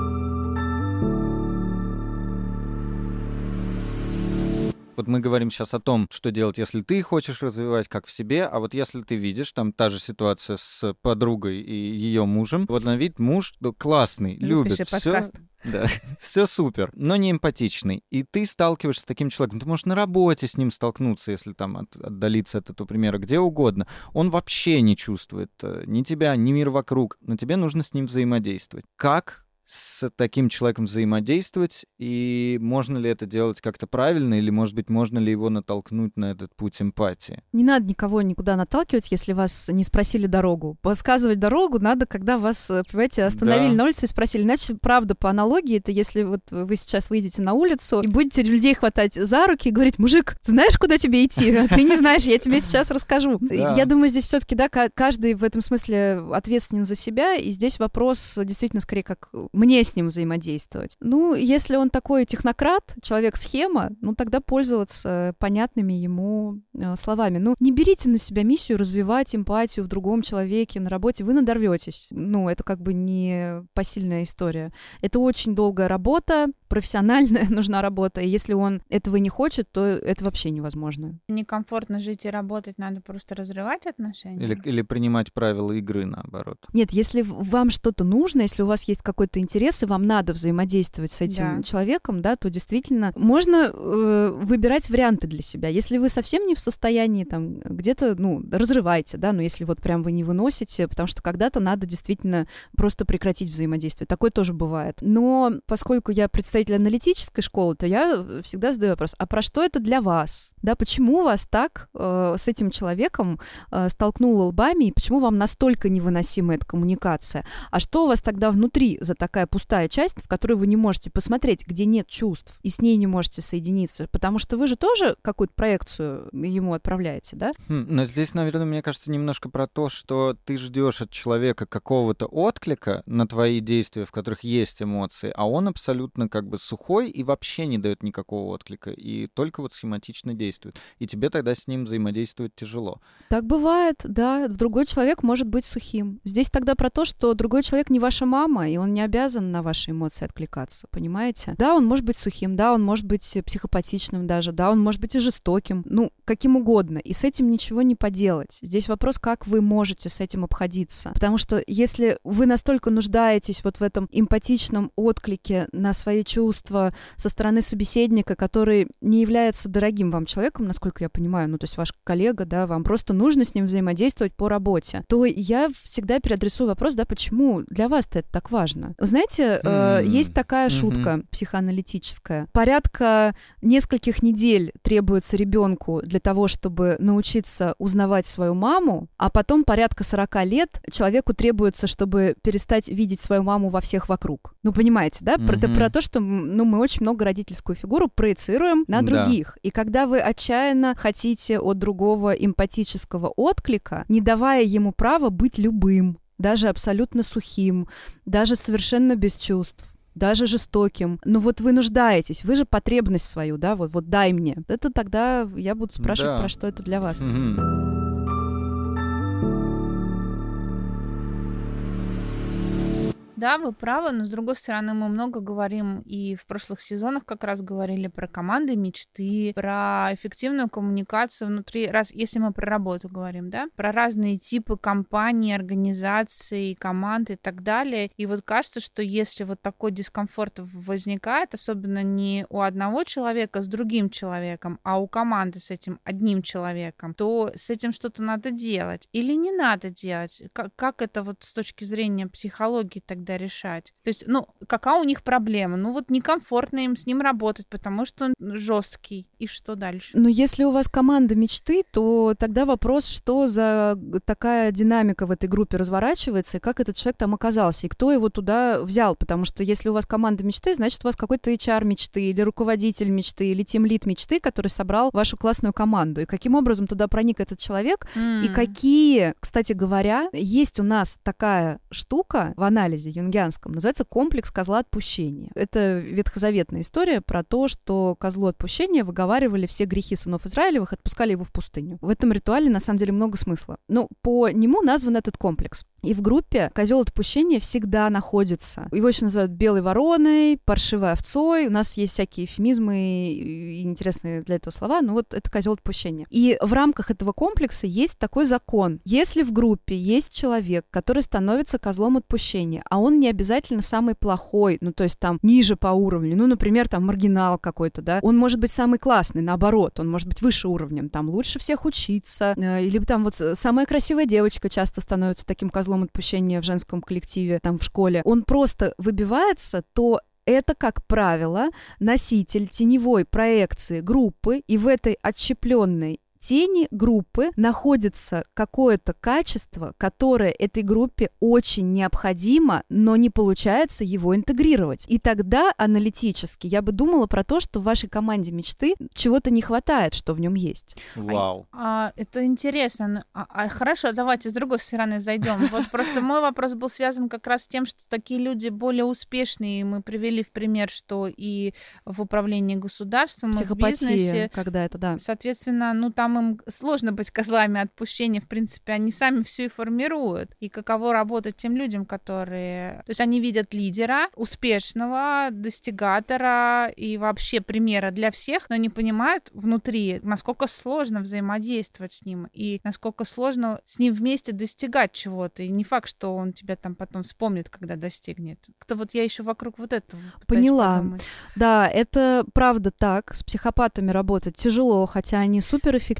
Speaker 2: Вот мы говорим сейчас о том, что делать, если ты хочешь развивать, как в себе, а вот если ты видишь, там та же ситуация с подругой и ее мужем, вот на вид муж ну, классный,
Speaker 1: Запиши
Speaker 2: любит
Speaker 1: подкаст.
Speaker 2: все. Да, все супер, но не эмпатичный. И ты сталкиваешься с таким человеком. Ты можешь на работе с ним столкнуться, если там от, отдалиться от этого примера, где угодно. Он вообще не чувствует ни тебя, ни мир вокруг, но тебе нужно с ним взаимодействовать. Как с таким человеком взаимодействовать, и можно ли это делать как-то правильно, или, может быть, можно ли его натолкнуть на этот путь эмпатии?
Speaker 3: Не надо никого никуда наталкивать, если вас не спросили дорогу. Подсказывать дорогу надо, когда вас, понимаете, остановили да. на улице и спросили. Иначе, правда, по аналогии, это если вот вы сейчас выйдете на улицу и будете людей хватать за руки и говорить: мужик, знаешь, куда тебе идти? А ты не знаешь, я тебе сейчас расскажу. Да. Я думаю, здесь все-таки, да, каждый в этом смысле ответственен за себя, и здесь вопрос действительно скорее как мне с ним взаимодействовать. Ну, если он такой технократ, человек-схема, ну, тогда пользоваться понятными ему э, словами. Ну, не берите на себя миссию развивать эмпатию в другом человеке на работе, вы надорветесь. Ну, это как бы не посильная история. Это очень долгая работа, профессиональная нужна работа, и если он этого не хочет, то это вообще невозможно.
Speaker 1: Некомфортно жить и работать, надо просто разрывать отношения?
Speaker 2: Или, или принимать правила игры, наоборот.
Speaker 3: Нет, если вам что-то нужно, если у вас есть какой-то интерес, и вам надо взаимодействовать с этим да. человеком, да, то действительно можно э, выбирать варианты для себя. Если вы совсем не в состоянии, там, где-то, ну, разрывайте, да, но если вот прям вы не выносите, потому что когда-то надо действительно просто прекратить взаимодействие. Такое тоже бывает. Но поскольку я представитель аналитической школы, то я всегда задаю вопрос: а про что это для вас? Да, почему вас так э, с этим человеком э, столкнуло лбами, и почему вам настолько невыносима эта коммуникация? А что у вас тогда внутри за такая такая пустая часть, в которой вы не можете посмотреть, где нет чувств, и с ней не можете соединиться, потому что вы же тоже какую-то проекцию ему отправляете, да?
Speaker 2: Хм, но здесь, наверное, мне кажется, немножко про то, что ты ждешь от человека какого-то отклика на твои действия, в которых есть эмоции, а он абсолютно как бы сухой и вообще не дает никакого отклика, и только вот схематично действует. И тебе тогда с ним взаимодействовать тяжело.
Speaker 3: Так бывает, да. Другой человек может быть сухим. Здесь тогда про то, что другой человек не ваша мама, и он не обязан на ваши эмоции откликаться, понимаете? Да, он может быть сухим, да, он может быть психопатичным даже, да, он может быть и жестоким, ну, каким угодно, и с этим ничего не поделать. Здесь вопрос, как вы можете с этим обходиться. Потому что если вы настолько нуждаетесь вот в этом эмпатичном отклике на свои чувства со стороны собеседника, который не является дорогим вам человеком, насколько я понимаю, ну, то есть ваш коллега, да, вам просто нужно с ним взаимодействовать по работе, то я всегда переадресую вопрос, да, почему для вас-то это так важно? Вы знаете, mm-hmm. э, есть такая шутка mm-hmm. психоаналитическая. Порядка нескольких недель требуется ребенку для того, чтобы научиться узнавать свою маму, а потом порядка сорока лет человеку требуется, чтобы перестать видеть свою маму во всех вокруг. Ну, понимаете, да? Mm-hmm. Про, про то, что ну, мы очень много родительскую фигуру проецируем на других. Да. И когда вы отчаянно хотите от другого эмпатического отклика, не давая ему права быть любым, даже абсолютно сухим, даже совершенно без чувств, даже жестоким. Но вот вы нуждаетесь, вы же потребность свою, да, вот, вот дай мне. Это тогда я буду спрашивать, да. про что это для вас. Mm-hmm.
Speaker 1: Да, вы правы, но с другой стороны мы много говорим и в прошлых сезонах как раз говорили про команды мечты, про эффективную коммуникацию внутри, раз, если мы про работу говорим, да, про разные типы компаний, организаций, команд и так далее. И вот кажется, что если вот такой дискомфорт возникает, особенно не у одного человека с другим человеком, а у команды с этим одним человеком, то с этим что-то надо делать или не надо делать? Как, как это вот с точки зрения психологии тогда решать? То есть, ну, какая у них проблема? Ну, вот некомфортно им с ним работать, потому что он жесткий. И что дальше?
Speaker 3: Ну, если у вас команда мечты, то тогда вопрос, что за такая динамика в этой группе разворачивается, и как этот человек там оказался, и кто его туда взял. Потому что если у вас команда мечты, значит, у вас какой-то эйч ар мечты, или руководитель мечты, или тимлид мечты, который собрал вашу классную команду. И каким образом туда проник этот человек, mm. и какие, кстати говоря, есть у нас такая штука в анализе юнгианском, называется комплекс козла отпущения. Это ветхозаветная история про то, что козлу отпущения выговаривали все грехи сынов Израилевых, отпускали его в пустыню. В этом ритуале на самом деле много смысла. Но по нему назван этот комплекс. И в группе козел отпущения всегда находится. Его еще называют белой вороной, паршивой овцой. У нас есть всякие эвфемизмы и интересные для этого слова, но вот это козел отпущения. И в рамках этого комплекса есть такой закон. Если в группе есть человек, который становится козлом отпущения, а он не обязательно самый плохой, ну то есть там ниже по уровню, ну, например, там маргинал какой-то, да, он может быть самый классный, наоборот, он может быть выше уровнем, там лучше всех учиться, э, или там вот самая красивая девочка часто становится таким козлом отпущения в женском коллективе, там в школе, он просто выбивается, то это, как правило, носитель теневой проекции группы, и в этой отщепленной тени группы находится какое-то качество, которое этой группе очень необходимо, но не получается его интегрировать. И тогда аналитически я бы думала про то, что в вашей команде мечты чего-то не хватает, что в нем есть.
Speaker 2: Вау.
Speaker 1: А, а, это интересно. А, а, хорошо, давайте с другой стороны зайдем. Вот просто мой вопрос был связан как раз с тем, что такие люди более успешные. Мы привели в пример, что и в управлении государством, и в бизнесе.
Speaker 3: Когда это, да.
Speaker 1: Соответственно, ну там им сложно быть козлами отпущения, в принципе, они сами все и формируют. И каково работать тем людям, которые... То есть они видят лидера, успешного, достигатора и вообще примера для всех, но не понимают внутри, насколько сложно взаимодействовать с ним и насколько сложно с ним вместе достигать чего-то. И не факт, что он тебя там потом вспомнит, когда достигнет. Как-то вот я еще вокруг вот этого
Speaker 3: Поняла.
Speaker 1: Подумать.
Speaker 3: Да, это правда так. С психопатами работать тяжело, хотя они суперэффективны.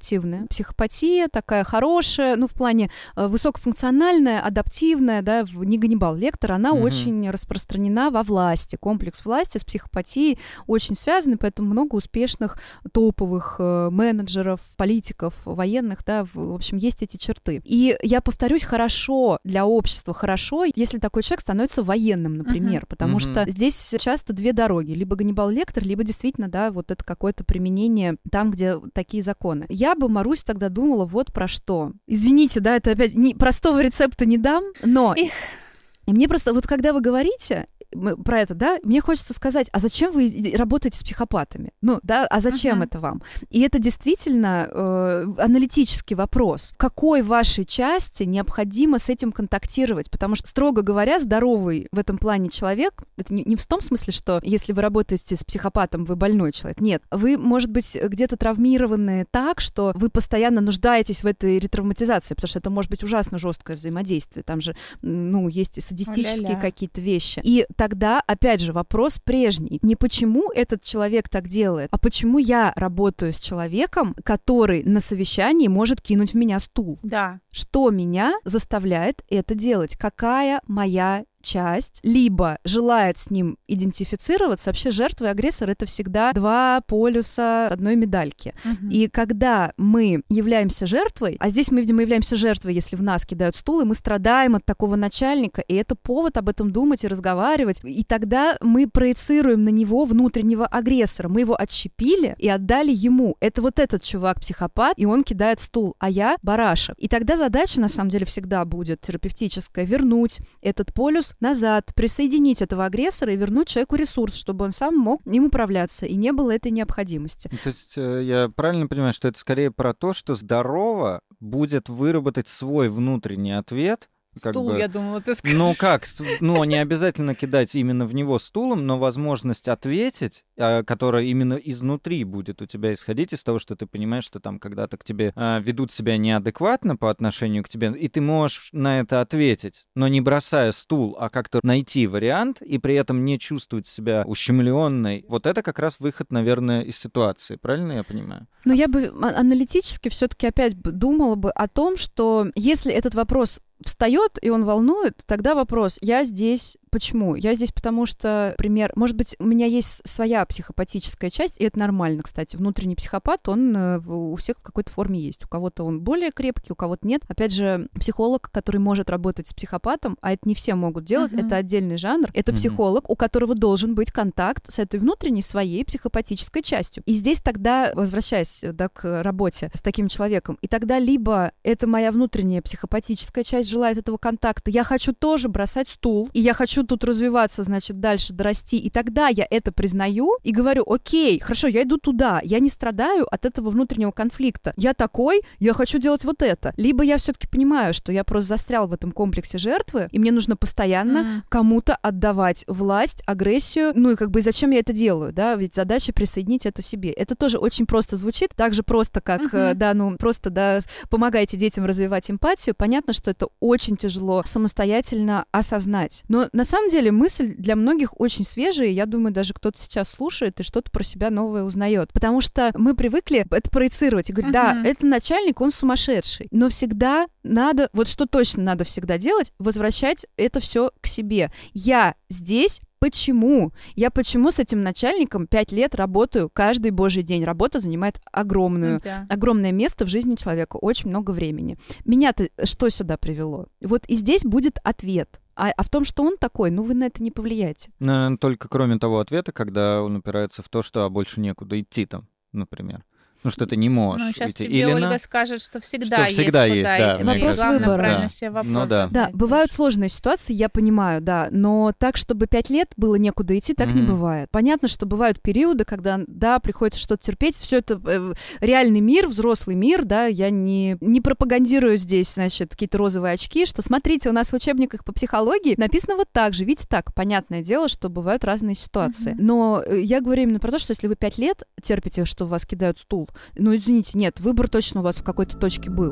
Speaker 3: адаптивная. Психопатия такая хорошая, ну, в плане э, высокофункциональная, адаптивная, да, в, не Ганнибал Лектор, она mm-hmm. очень распространена во власти. Комплекс власти с психопатией очень связаны, поэтому много успешных топовых э, менеджеров, политиков, военных, да, в, в общем, есть эти черты. И я повторюсь, хорошо для общества, хорошо, если такой человек становится военным, например, mm-hmm. потому mm-hmm. что здесь часто две дороги, либо Ганнибал Лектор, либо действительно, да, вот это какое-то применение там, где такие законы. Я бы, Марусь, тогда думала вот про что. Извините, да, это опять не, простого рецепта не дам, но... Их. И мне просто, вот когда вы говорите про это, да, мне хочется сказать, а зачем вы работаете с психопатами? Ну, да, а зачем uh-huh. это вам? И это действительно э, аналитический вопрос. Какой вашей части необходимо с этим контактировать? Потому что, строго говоря, здоровый в этом плане человек, это не, не в том смысле, что если вы работаете с психопатом, вы больной человек. Нет. Вы, может быть, где-то травмированы так, что вы постоянно нуждаетесь в этой ретравматизации, потому что это может быть ужасно жесткое взаимодействие. Там же, ну, есть и садистические какие-то вещи. И тогда, опять же, вопрос прежний. Не почему этот человек так делает, а почему я работаю с человеком, который на совещании может кинуть в меня стул.
Speaker 1: Да.
Speaker 3: Что меня заставляет это делать? Какая моя часть либо желает с ним идентифицироваться. Вообще жертва и агрессор — это всегда два полюса одной медальки. Uh-huh. И когда мы являемся жертвой, а здесь мы, видимо, являемся жертвой, если в нас кидают стул, и мы страдаем от такого начальника, и это повод об этом думать и разговаривать, и тогда мы проецируем на него внутреннего агрессора. Мы его отщепили и отдали ему. Это вот этот чувак психопат, и он кидает стул, а я бараша. И тогда задача, на самом деле, всегда будет терапевтическая — вернуть этот полюс назад, присоединить этого агрессора и вернуть человеку ресурс, чтобы он сам мог им управляться, и не было этой необходимости.
Speaker 2: То есть я правильно понимаю, что это скорее про то, что здорово будет выработать свой внутренний ответ? Как
Speaker 1: Стул,
Speaker 2: бы,
Speaker 1: я думала, ты скажешь.
Speaker 2: Ну как, ну не обязательно кидать именно в него стулом, но возможность ответить, которая именно изнутри будет у тебя исходить из того, что ты понимаешь, что там когда-то к тебе а, ведут себя неадекватно по отношению к тебе, и ты можешь на это ответить, но не бросая стул, а как-то найти вариант и при этом не чувствовать себя ущемленной. Вот это как раз выход, наверное, из ситуации, правильно я понимаю?
Speaker 3: Но я бы аналитически все-таки опять думала бы о том, что если этот вопрос встает, и он волнует, тогда вопрос, я здесь почему? Я здесь потому что, например, может быть, у меня есть своя психопатическая часть, и это нормально, кстати. Внутренний психопат, он у всех в какой-то форме есть. У кого-то он более крепкий, у кого-то нет. Опять же, психолог, который может работать с психопатом, а это не все могут делать, uh-huh. это отдельный жанр, это uh-huh. психолог, у которого должен быть контакт с этой внутренней своей психопатической частью. И здесь тогда, возвращаясь, да, к работе с таким человеком, и тогда либо это моя внутренняя психопатическая часть желает этого контакта, я хочу тоже бросать стул, и я хочу тут развиваться, значит, дальше дорасти, и тогда я это признаю и говорю, окей, хорошо, я иду туда, я не страдаю от этого внутреннего конфликта, я такой, я хочу делать вот это. Либо я все-таки понимаю, что я просто застрял в этом комплексе жертвы, и мне нужно постоянно mm. кому-то отдавать власть, агрессию, ну и как бы зачем я это делаю, да, ведь задача присоединить это себе. Это тоже очень просто звучит, так же просто, как, mm-hmm. да, ну, просто, да, помогайте детям развивать эмпатию. Понятно, что это очень тяжело самостоятельно осознать. Но на самом деле мысль для многих очень свежая, и я думаю, даже кто-то сейчас слушает и что-то про себя новое узнает. Потому что мы привыкли это проецировать и говорить, uh-huh. да, это начальник, он сумасшедший. Но всегда надо, вот что точно надо всегда делать, возвращать это все к себе. Я здесь почему? Я почему с этим начальником пять лет работаю каждый божий день? Работа занимает огромную, да. огромное место в жизни человека, очень много времени. Меня-то что сюда привело? Вот и здесь будет ответ. А, а в том, что он такой, ну вы на это не повлияете.
Speaker 2: Наверное, только кроме того ответа, когда он упирается в то, что а больше некуда идти там, например. Ну, что ты не можешь.
Speaker 1: Ну, сейчас
Speaker 2: идти.
Speaker 1: тебе
Speaker 2: Или
Speaker 1: Ольга
Speaker 2: на...
Speaker 1: скажет, что всегда,
Speaker 2: что всегда
Speaker 1: есть,
Speaker 2: есть
Speaker 1: куда
Speaker 2: да,
Speaker 1: идти.
Speaker 3: Вопрос
Speaker 1: Главное,
Speaker 3: выбора.
Speaker 1: правильно
Speaker 2: да.
Speaker 1: себе вопросы.
Speaker 2: Ну, да.
Speaker 3: Да, бывают сложные ситуации, я понимаю, да, но так, чтобы пять лет было некуда идти, так mm-hmm. не бывает. Понятно, что бывают периоды, когда, да, приходится что-то терпеть, все это э, реальный мир, взрослый мир, да, я не, не пропагандирую здесь, значит, какие-то розовые очки, что, смотрите, у нас в учебниках по психологии написано вот так же, видите, так, понятное дело, что бывают разные ситуации. Mm-hmm. Но я говорю именно про то, что если вы пять лет терпите, что в вас кидают стул, ну, извините, нет, выбор точно у вас в какой-то точке был.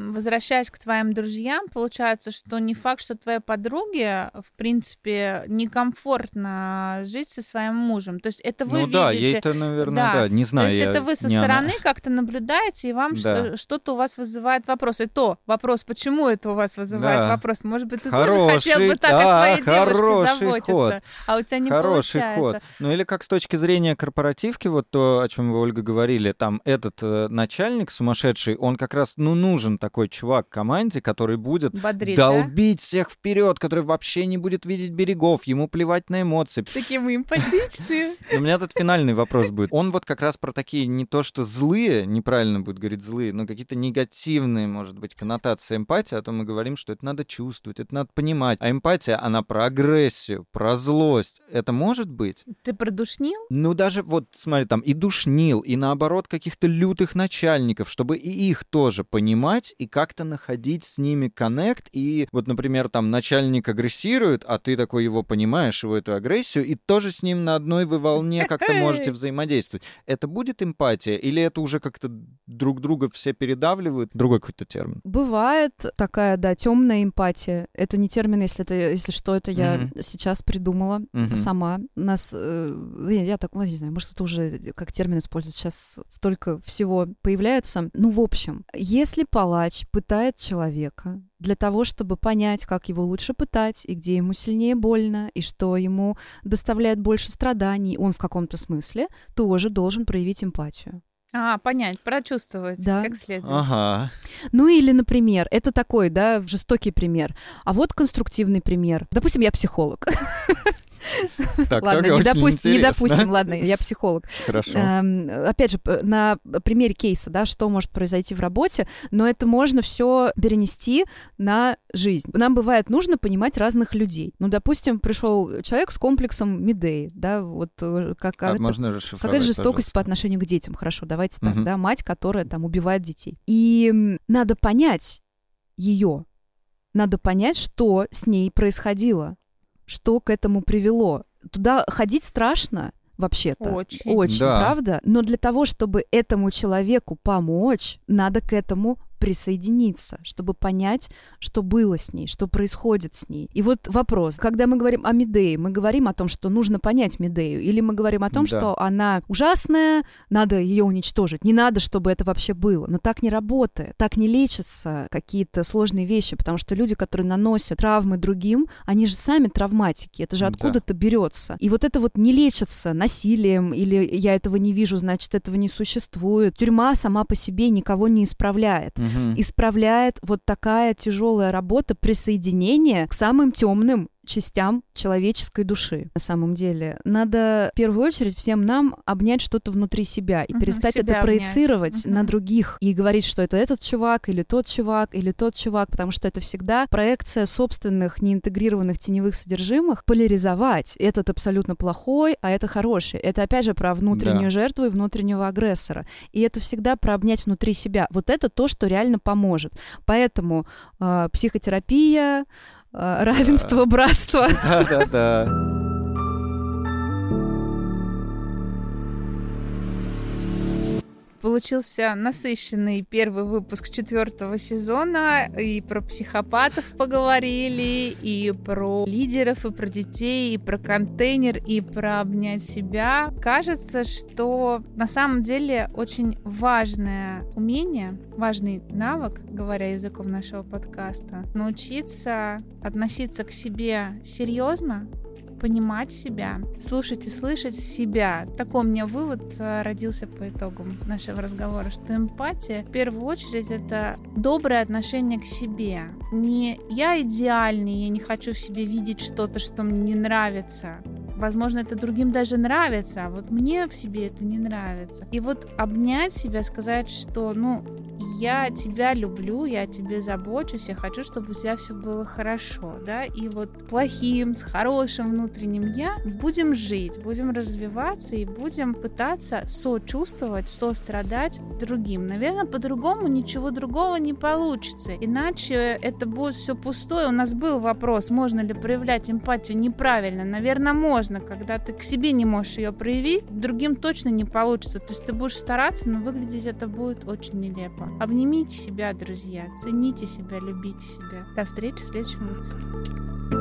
Speaker 1: возвращаясь к твоим друзьям, получается, что не факт, что твоей подруге, в принципе, некомфортно жить со своим мужем. То есть это вы
Speaker 2: ну,
Speaker 1: видите...
Speaker 2: Ну да, ей-то, наверное, да, да не знаю.
Speaker 1: То есть
Speaker 2: я...
Speaker 1: это вы со
Speaker 2: не
Speaker 1: стороны
Speaker 2: она.
Speaker 1: как-то наблюдаете, и вам
Speaker 2: да.
Speaker 1: что-то у вас вызывает вопрос. И то вопрос, почему это у вас вызывает
Speaker 2: да.
Speaker 1: вопрос. Может быть, ты
Speaker 2: хороший,
Speaker 1: тоже хотел бы так
Speaker 2: да,
Speaker 1: о своей девушке заботиться,
Speaker 2: ход.
Speaker 1: а у тебя не
Speaker 2: хороший
Speaker 1: получается.
Speaker 2: Ход. Ну или как с точки зрения корпоративки, вот то, о чем вы, Ольга, говорили, там этот э, начальник сумасшедший, он как раз, ну, нужен такой чувак в команде, который будет
Speaker 1: Бодрит,
Speaker 2: долбить
Speaker 1: да?
Speaker 2: всех вперед, который вообще не будет видеть берегов, ему плевать на эмоции.
Speaker 1: Такие мы эмпатичные.
Speaker 2: У меня тут финальный вопрос будет. Он вот как раз про такие не то что злые, неправильно будет говорить злые, но какие-то негативные, может быть, коннотации эмпатии, а то мы говорим, что это надо чувствовать, это надо понимать. А эмпатия, она про агрессию, про злость. Это может быть?
Speaker 1: Ты продушнил?
Speaker 2: Ну даже вот, смотри, там и душнил, и наоборот каких-то лютых начальников, чтобы и их тоже понимать и как-то находить с ними коннект. И вот, например, там начальник агрессирует, а ты такой его понимаешь, его эту агрессию, и тоже с ним на одной вы волне как-то можете взаимодействовать. Это будет эмпатия или это уже как-то друг друга все передавливают? Другой какой-то термин.
Speaker 3: Бывает такая, да, темная эмпатия. Это не термин, если это, если что, это я
Speaker 2: Mm-hmm.
Speaker 3: сейчас придумала
Speaker 2: Mm-hmm.
Speaker 3: сама. Нас, э, я так, ну, не знаю, может, это уже как термин используют. Сейчас столько всего появляется. Ну, в общем, если палач пытает человека для того, чтобы понять, как его лучше пытать, и где ему сильнее больно, и что ему доставляет больше страданий, он в каком-то смысле тоже должен проявить эмпатию.
Speaker 1: А, понять, прочувствовать,
Speaker 3: да.
Speaker 1: как следует.
Speaker 2: Ага.
Speaker 3: Ну или, например, это такой, да, жестокий пример. А вот конструктивный пример. Допустим, я психолог.
Speaker 2: Так,
Speaker 3: ладно, не, допустим, не допустим, ладно, я психолог.
Speaker 2: Хорошо.
Speaker 3: Эм, опять же, на примере кейса, да, что может произойти в работе, но это можно все перенести на жизнь. Нам бывает нужно понимать разных людей. Ну, допустим, пришел человек с комплексом Медеи, да, вот как,
Speaker 2: а
Speaker 3: это,
Speaker 2: можно расшифровать,
Speaker 3: какая жестокость
Speaker 2: пожалуйста.
Speaker 3: По отношению к детям, хорошо, давайте так,
Speaker 2: угу.
Speaker 3: да, мать, которая там убивает детей. И надо понять ее, надо понять, что с ней происходило, что к этому привело. Туда ходить страшно вообще-то.
Speaker 1: Очень.
Speaker 3: Очень,
Speaker 2: да.
Speaker 3: правда? Но для того, чтобы этому человеку помочь, надо к этому присоединиться, чтобы понять, что было с ней, что происходит с ней. И вот вопрос, когда мы говорим о Медее, мы говорим о том, что нужно понять Медею, или мы говорим о том,
Speaker 2: да.
Speaker 3: что она ужасная, надо ее уничтожить, не надо, чтобы это вообще было. Но так не работает, так не лечатся какие-то сложные вещи, потому что люди, которые наносят травмы другим, они же сами травматики, это же откуда-то да. берется. И вот это вот не лечится насилием, или я этого не вижу, значит, этого не существует. Тюрьма сама по себе никого не исправляет. Исправляет вот такая тяжелая работа присоединения к самым темным частям человеческой души. На самом деле, надо в первую очередь всем нам обнять что-то внутри себя и uh-huh, перестать это проецировать uh-huh. на других и говорить, что это этот чувак, или тот чувак, или тот чувак, потому что это всегда проекция собственных неинтегрированных теневых содержимых, поляризовать. Этот абсолютно плохой, а это хороший. Это опять же про внутреннюю да. жертву и внутреннего агрессора. И это всегда про обнять внутри себя. Вот это то, что реально поможет. Поэтому э, психотерапия, равенство, да. братство.
Speaker 2: Да-да-да.
Speaker 1: Получился насыщенный первый выпуск четвертого сезона. И про психопатов поговорили, и про лидеров, и про детей, и про контейнер, и про обнять себя. Кажется, что на самом деле очень важное умение, важный навык, говоря языком нашего подкаста, научиться относиться к себе серьезно, понимать себя, слушать и слышать себя. Такой у меня вывод родился по итогам нашего разговора, что эмпатия в первую очередь это доброе отношение к себе. Не я идеальный, я не хочу в себе видеть что-то, что мне не нравится. Возможно, это другим даже нравится, а вот мне в себе это не нравится. И вот обнять себя, сказать, что, ну, я тебя люблю, я о тебе забочусь, я хочу, чтобы у тебя все было хорошо, да, и вот плохим, с хорошим внутренним я будем жить, будем развиваться и будем пытаться сочувствовать, сострадать другим. Наверное, по-другому ничего другого не получится, иначе это будет все пустое. У нас был вопрос, можно ли проявлять эмпатию неправильно. Наверное, можно. Когда ты к себе не можешь ее проявить, другим точно не получится. То есть ты будешь стараться, но выглядеть это будет очень нелепо. Обнимите себя, друзья, цените себя, любите себя. До встречи в следующем выпуске.